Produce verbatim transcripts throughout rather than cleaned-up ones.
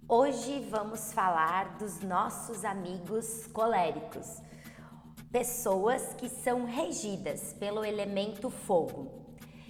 Hoje vamos falar dos nossos amigos coléricos, pessoas que são regidas pelo elemento fogo.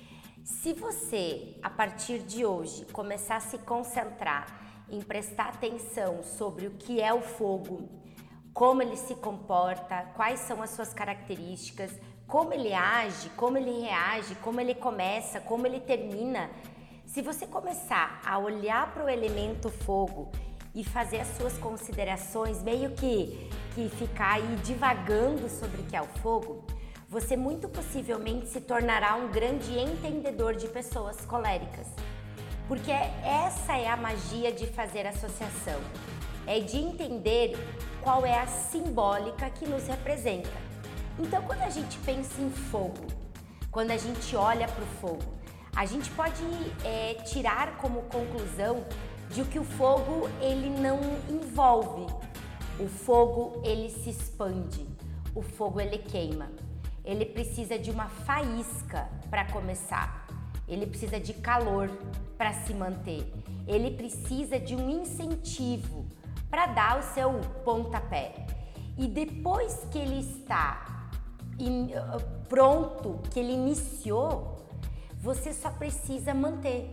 Se você, a partir de hoje, começar a se concentrar em prestar atenção sobre o que é o fogo, como ele se comporta, quais são as suas características, como ele age, como ele reage, como ele começa, como ele termina. Se você começar a olhar para o elemento fogo e fazer as suas considerações, meio que, que ficar aí divagando sobre o que é o fogo, você muito possivelmente se tornará um grande entendedor de pessoas coléricas. Porque essa é a magia de fazer associação, é de entender qual é a simbólica que nos representa. Então, quando a gente pensa em fogo, quando a gente olha para o fogo, a gente pode é, tirar como conclusão de que o fogo ele não envolve, o fogo ele se expande, o fogo ele queima, ele precisa de uma faísca para começar, ele precisa de calor para se manter, ele precisa de um incentivo para dar o seu pontapé. E depois que ele está in, pronto, que ele iniciou, você só precisa manter.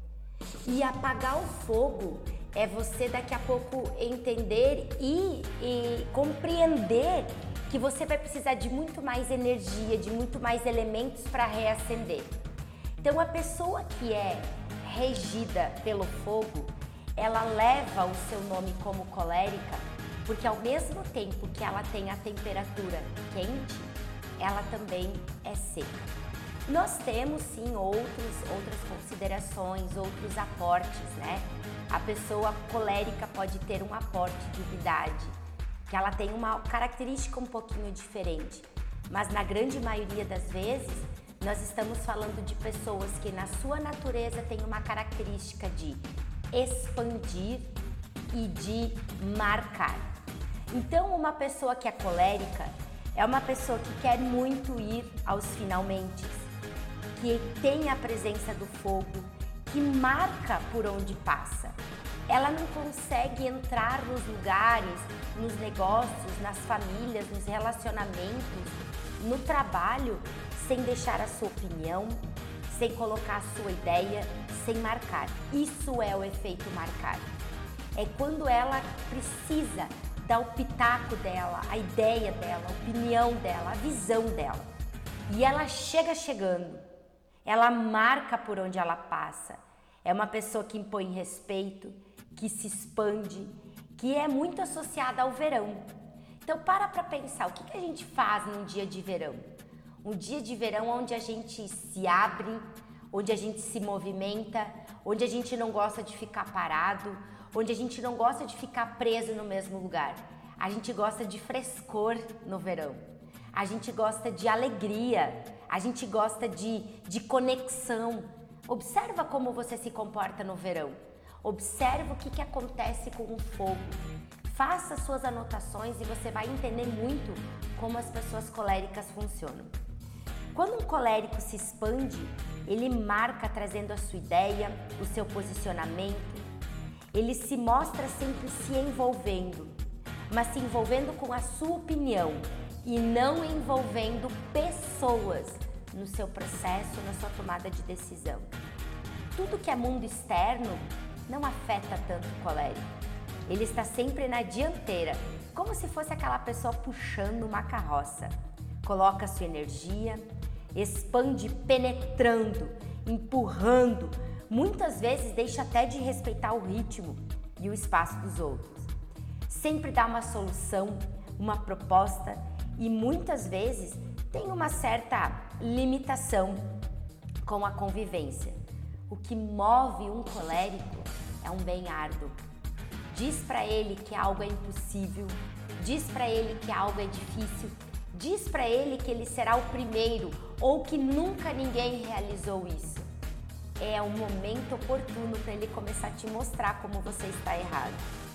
E apagar o fogo é você daqui a pouco entender e, e compreender que você vai precisar de muito mais energia, de muito mais elementos para reacender. Então a pessoa que é regida pelo fogo, ela leva o seu nome como colérica, porque ao mesmo tempo que ela tem a temperatura quente, ela também é seca. Nós temos sim outros, outras considerações, outros aportes, né? A pessoa colérica pode ter um aporte de umidade, que ela tem uma característica um pouquinho diferente, mas na grande maioria das vezes nós estamos falando de pessoas que na sua natureza têm uma característica de expandir e de marcar. Então uma pessoa que é colérica é uma pessoa que quer muito ir aos finalmente, que tem a presença do fogo, que marca por onde passa. Ela não consegue entrar nos lugares, nos negócios, nas famílias, nos relacionamentos, no trabalho, sem deixar a sua opinião, sem colocar a sua ideia, sem marcar. Isso é o efeito marcar. É quando ela precisa dar o pitaco dela, a ideia dela, a opinião dela, a visão dela. E ela chega chegando. Ela marca por onde ela passa. É uma pessoa que impõe respeito, que se expande, que é muito associada ao verão. Então para para pensar, o que, que a gente faz num dia de verão? Um dia de verão onde a gente se abre, onde a gente se movimenta, onde a gente não gosta de ficar parado, onde a gente não gosta de ficar preso no mesmo lugar. A gente gosta de frescor no verão. A gente gosta de alegria, a gente gosta de, de conexão. Observa como você se comporta no verão. Observa o que, que acontece com o fogo. Faça suas anotações e você vai entender muito como as pessoas coléricas funcionam. Quando um colérico se expande, ele marca trazendo a sua ideia, o seu posicionamento. Ele se mostra sempre se envolvendo, mas se envolvendo com a sua opinião, e não envolvendo pessoas no seu processo, na sua tomada de decisão. Tudo que é mundo externo não afeta tanto o colérico. Ele está sempre na dianteira, como se fosse aquela pessoa puxando uma carroça. Coloca a sua energia, expande penetrando, empurrando, muitas vezes deixa até de respeitar o ritmo e o espaço dos outros. Sempre dá uma solução, uma proposta, e muitas vezes tem uma certa limitação com a convivência. O que move um colérico é um bem árduo. Diz para ele que algo é impossível, diz para ele que algo é difícil, diz para ele que ele será o primeiro ou que nunca ninguém realizou isso. É o momento oportuno para ele começar a te mostrar como você está errado.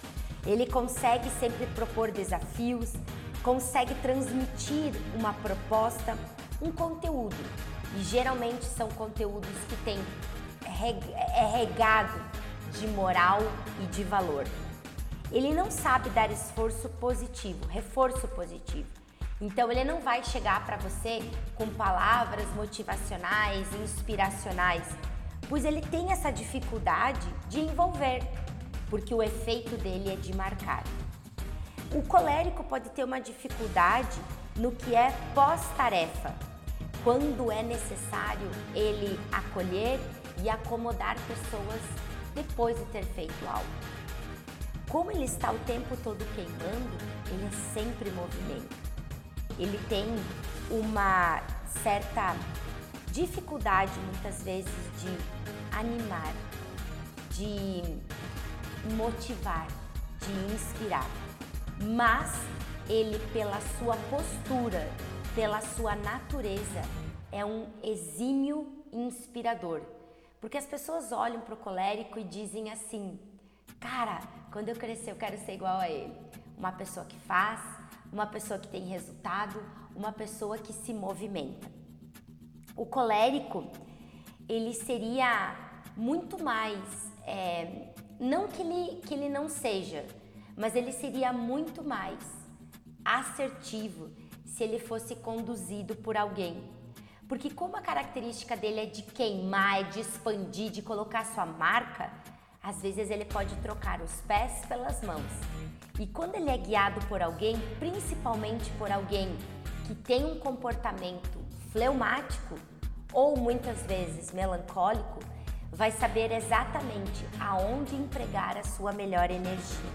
Ele consegue sempre propor desafios, consegue transmitir uma proposta, um conteúdo. E geralmente são conteúdos que têm, é regado de moral e de valor. Ele não sabe dar esforço positivo, reforço positivo. Então ele não vai chegar para você com palavras motivacionais, inspiracionais, pois ele tem essa dificuldade de envolver, porque o efeito dele é de marcar. O colérico pode ter uma dificuldade no que é pós-tarefa, quando é necessário ele acolher e acomodar pessoas depois de ter feito algo. Como ele está o tempo todo queimando, ele é sempre em movimento. Ele tem uma certa dificuldade, muitas vezes, de animar, de motivar, de inspirar. Mas ele, pela sua postura, pela sua natureza, é um exímio inspirador. Porque as pessoas olham para o colérico e dizem assim: cara, quando eu crescer eu quero ser igual a ele. Uma pessoa que faz, uma pessoa que tem resultado, uma pessoa que se movimenta. O colérico, ele seria muito mais, é, não que ele, que ele não seja, mas ele seria muito mais assertivo se ele fosse conduzido por alguém. Porque como a característica dele é de queimar, é de expandir, de colocar sua marca, às vezes ele pode trocar os pés pelas mãos. E quando ele é guiado por alguém, principalmente por alguém que tem um comportamento fleumático ou muitas vezes melancólico, vai saber exatamente aonde empregar a sua melhor energia.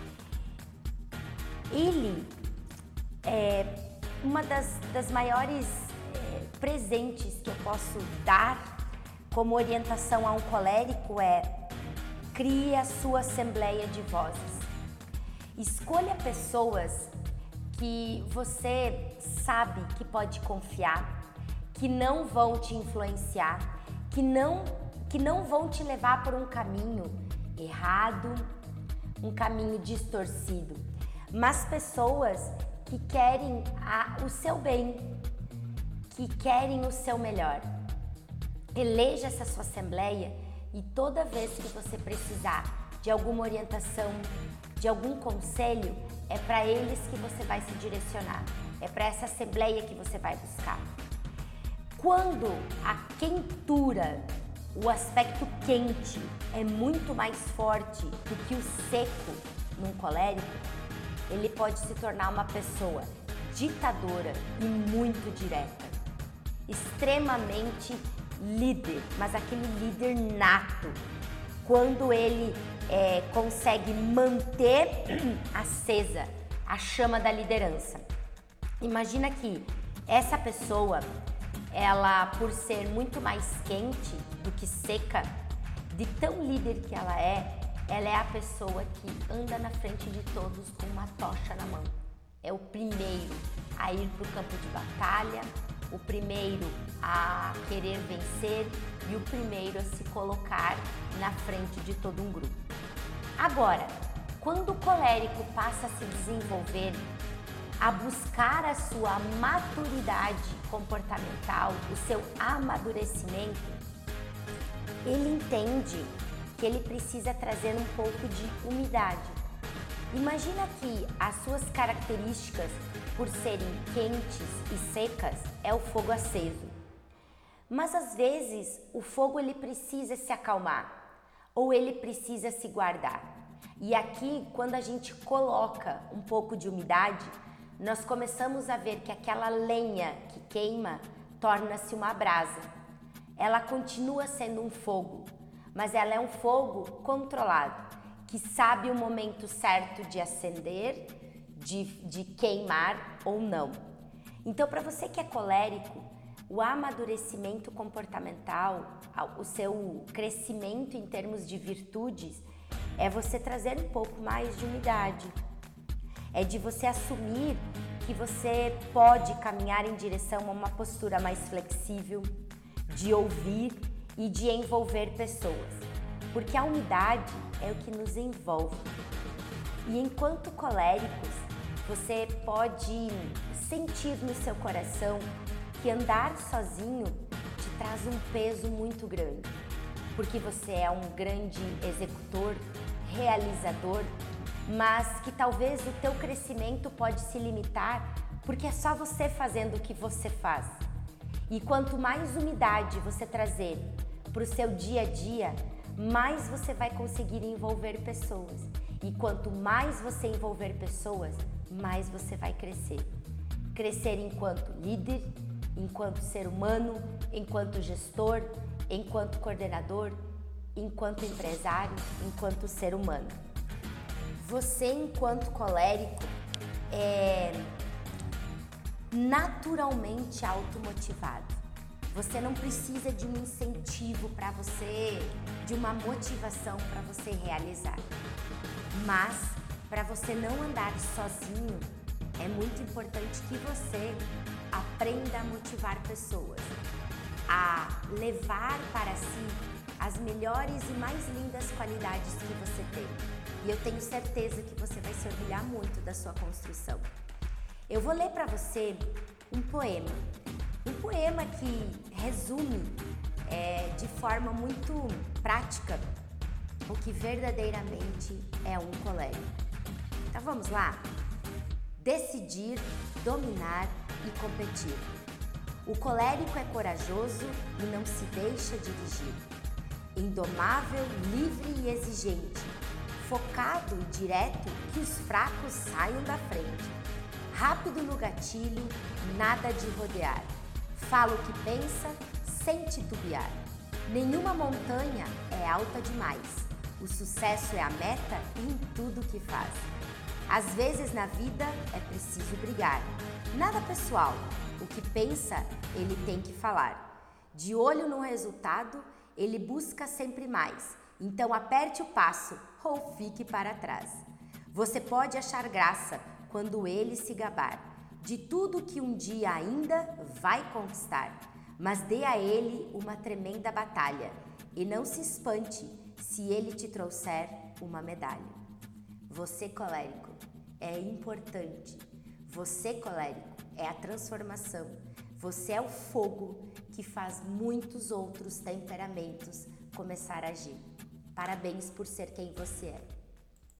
Ele é uma das, das maiores é, presentes que eu posso dar como orientação a um colérico é: crie a sua assembleia de vozes. Escolha pessoas que você sabe que pode confiar, que não vão te influenciar, que não, que não vão te levar por um caminho errado, um caminho distorcido, mas pessoas que querem a, o seu bem, que querem o seu melhor. Eleja essa sua assembleia e toda vez que você precisar de alguma orientação, de algum conselho, é para eles que você vai se direcionar, é para essa assembleia que você vai buscar. Quando a quentura, o aspecto quente é muito mais forte do que o seco num colérico, ele pode se tornar uma pessoa ditadora e muito direta, extremamente líder, mas aquele líder nato, quando ele é, consegue manter acesa a chama da liderança. Imagina que essa pessoa, ela, por ser muito mais quente do que seca, de tão líder que ela é, ela é a pessoa que anda na frente de todos com uma tocha na mão. É o primeiro a ir para o campo de batalha, o primeiro a querer vencer e o primeiro a se colocar na frente de todo um grupo. Agora, quando o colérico passa a se desenvolver, a buscar a sua maturidade comportamental, o seu amadurecimento, ele entende que ele precisa trazer um pouco de umidade. Imagina que as suas características, por serem quentes e secas, é o fogo aceso. Mas às vezes o fogo ele precisa se acalmar ou ele precisa se guardar. E aqui, quando a gente coloca um pouco de umidade, nós começamos a ver que aquela lenha que queima torna-se uma brasa. Ela continua sendo um fogo, mas ela é um fogo controlado, que sabe o momento certo de acender, de, de queimar ou não. Então, para você que é colérico, o amadurecimento comportamental, o seu crescimento em termos de virtudes, é você trazer um pouco mais de umidade. É de você assumir que você pode caminhar em direção a uma postura mais flexível, de ouvir e de envolver pessoas. Porque a unidade é o que nos envolve. E enquanto coléricos, você pode sentir no seu coração que andar sozinho te traz um peso muito grande. porque você é um grande executor, realizador, mas que talvez o teu crescimento pode se limitar porque é só você fazendo o que você faz. E quanto mais umidade você trazer para o seu dia a dia, mais você vai conseguir envolver pessoas. E quanto mais você envolver pessoas, mais você vai crescer. Crescer enquanto líder, enquanto ser humano, enquanto gestor, enquanto coordenador, enquanto empresário, enquanto ser humano. Você, enquanto colérico, é naturalmente automotivado. Você não precisa de um incentivo para você, de uma motivação para você realizar. Mas, para você não andar sozinho, é muito importante que você aprenda a motivar pessoas, a levar para si as melhores e mais lindas qualidades que você tem. E eu tenho certeza que você vai se orgulhar muito da sua construção. Eu vou ler para você um poema. Um poema que resume é, de forma muito prática o que verdadeiramente é um colérico. Então vamos lá? Decidir, dominar e competir. O colérico é corajoso e não se deixa dirigir. Indomável, livre e exigente. Focado e direto que os fracos saiam da frente. Rápido no gatilho, nada de rodear. Fala o que pensa, sem titubear. Nenhuma montanha é alta demais. O sucesso é a meta em tudo que faz. Às vezes na vida é preciso brigar. Nada pessoal, o que pensa, ele tem que falar. De olho no resultado, ele busca sempre mais. Então aperte o passo ou fique para trás. Você pode achar graça quando ele se gabar de tudo que um dia ainda vai conquistar, mas dê a ele uma tremenda batalha e não se espante se ele te trouxer uma medalha. Você, colérico, é importante. Você, colérico, é a transformação. Você é o fogo que faz muitos outros temperamentos começar a agir. Parabéns por ser quem você é.